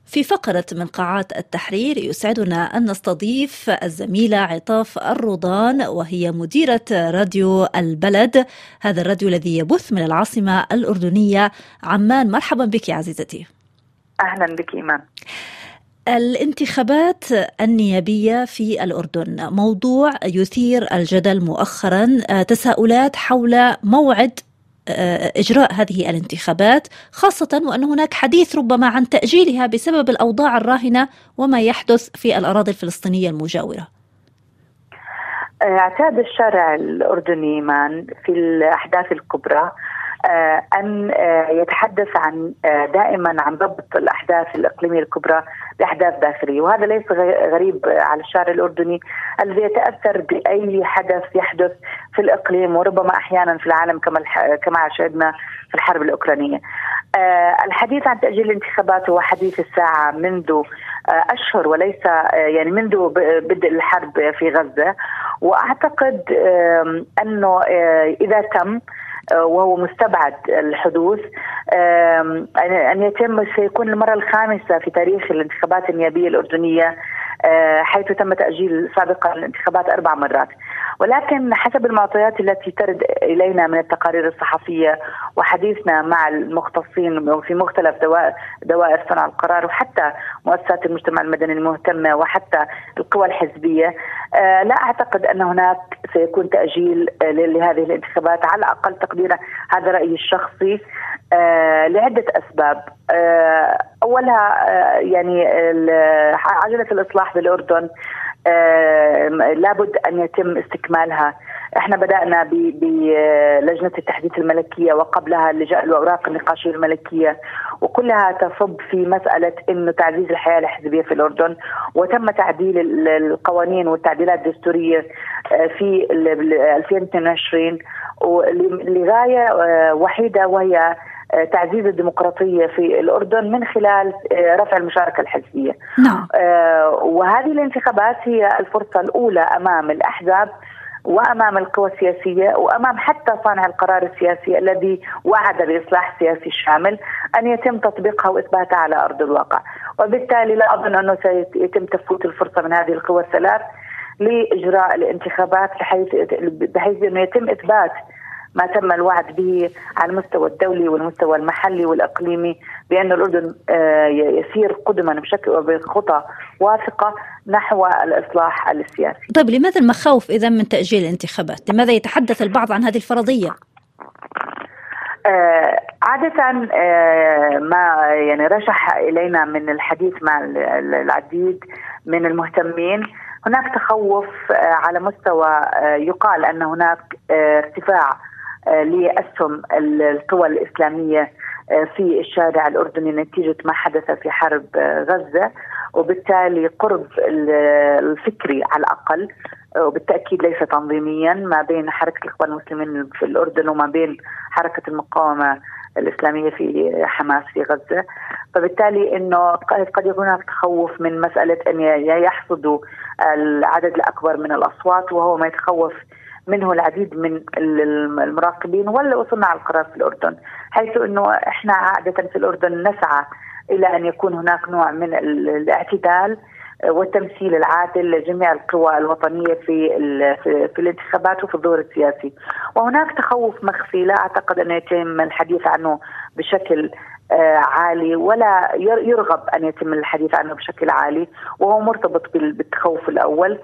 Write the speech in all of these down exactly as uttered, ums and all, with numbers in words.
في فقرة من قاعات التحرير يسعدنا أن نستضيف الزميلة عطاف الروضان، وهي مديرة راديو البلد، هذا الراديو الذي يبث من العاصمة الأردنية عمان. مرحبا بك عزيزتي. أهلا بك إيمان. الانتخابات النيابية في الأردن موضوع يثير الجدل مؤخرا، تساؤلات حول موعد إجراء هذه الانتخابات، خاصة وأن هناك حديث ربما عن تأجيلها بسبب الأوضاع الراهنة وما يحدث في الأراضي الفلسطينية المجاورة. اعتاد الشارع الأردني من في الأحداث الكبرى أن يتحدث عن دائما عن ضبط الأحداث الإقليمية الكبرى بأحداث داخلية، وهذا ليس غريب على الشارع الأردني الذي يتأثر بأي حدث يحدث في الإقليم وربما أحيانا في العالم كما كما شاهدنا في الحرب الأوكرانية. الحديث عن تأجيل الانتخابات هو حديث الساعة منذ أشهر وليس يعني منذ بدء الحرب في غزة، وأعتقد أنه إذا تم وهو مستبعد الحدوث أن يتم، سيكون المرة الخامسة في تاريخ الانتخابات النيابية الأردنية، حيث تم تأجيل سابقا الانتخابات أربع مرات. ولكن حسب المعطيات التي ترد إلينا من التقارير الصحفية وحديثنا مع المختصين في مختلف دوائر صنع القرار وحتى مؤسسات المجتمع المدني المهتمة وحتى القوى الحزبية، لا أعتقد أن هناك سيكون تأجيل لهذه الانتخابات، على أقل تقديره هذا رأيي الشخصي، لعدة أسباب. أولها يعني عجلة الإصلاح بالأردن لابد أن يتم استكمالها. احنا بدأنا بلجنة التحديث الملكية وقبلها لجأ الأوراق النقاشية الملكية، وكلها تصب في مسألة إنه تعزيز الحياة الحزبية في الأردن، وتم تعديل القوانين والتعديلات الدستورية في ألفين واثنين وعشرين لغاية وحيدة، وهي تعزيز الديمقراطية في الأردن من خلال رفع المشاركة الحزبية. نعم. وهذه الانتخابات هي الفرصة الأولى أمام الأحزاب وأمام القوى السياسية وأمام حتى صانع القرار السياسي الذي وعد بإصلاح سياسي شامل أن يتم تطبيقها وإثباتها على أرض الواقع. وبالتالي لا أظن أنه سيتم تفوت الفرصة من هذه القوى الثلاث لإجراء الانتخابات بحيث بحيث أنه يتم إثبات ما تم الوعد به على المستوى الدولي والمستوى المحلي والإقليمي بأن الأردن يسير قدما بشكل وبخطى واثقة نحو الإصلاح السياسي. طيب، لماذا المخاوف إذا من تأجيل الانتخابات؟ لماذا يتحدث البعض عن هذه الفرضية؟ آه عادة آه ما يعني رشح إلينا من الحديث مع العديد من المهتمين، هناك تخوف آه على مستوى آه يقال أن هناك آه ارتفاع لأسهم القوى الإسلامية في الشارع الأردني نتيجة ما حدث في حرب غزة، وبالتالي قرب الفكري على الأقل وبالتأكيد ليس تنظيميا ما بين حركة الإخوان المسلمين في الأردن وما بين حركة المقاومة الإسلامية في حماس في غزة. فبالتالي إنه قد يكون هناك تخوف من مسألة أن يحصدوا العدد الأكبر من الأصوات، وهو ما يتخوف منه العديد من المراقبين ولا وصلنا على القرار في الأردن، حيث أنه إحنا عادة في الأردن نسعى إلى أن يكون هناك نوع من الاعتدال والتمثيل العادل لجميع القوى الوطنية في في الانتخابات وفي الدور السياسي. وهناك تخوف مخفي لا أعتقد أن يتم الحديث عنه بشكل عالي ولا يرغب أن يتم الحديث عنه بشكل عالي، وهو مرتبط بالتخوف الأول.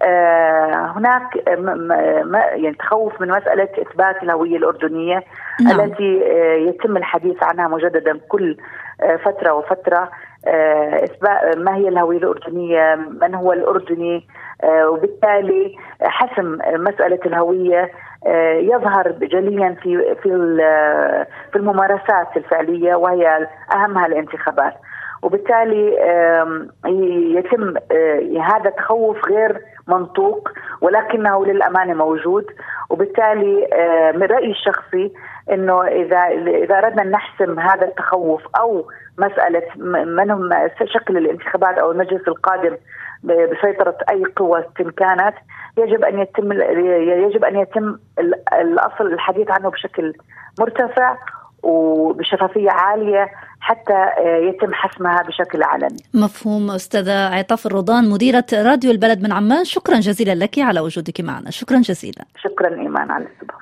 هناك يعني تخوف من مسألة إثبات الهوية الأردنية. نعم. التي يتم الحديث عنها مجددا كل فترة وفترة، إثبات ما هي الهوية الأردنية، من هو الأردني، وبالتالي حسم مسألة الهوية يظهر جليا في في في الممارسات الفعلية وهي أهمها الانتخابات. وبالتالي يتم هذا التخوف غير منطوق ولكنه للأمانة موجود. وبالتالي من رأيي الشخصي إنه إذا إذا أردنا نحسم هذا التخوف أو مسألة من هم شكل الانتخابات أو المجلس القادم بسيطرة أي قوة كانت، يجب أن يتم يجب أن يتم الأصل الحديث عنه بشكل مرتفع وبشفافية عالية حتى يتم حسمها بشكل علني. مفهوم. أستاذة عطاف الرضان، مديرة راديو البلد من عمان، شكرا جزيلا لك على وجودك معنا. شكرا جزيلا. شكرا إيمان على السبب.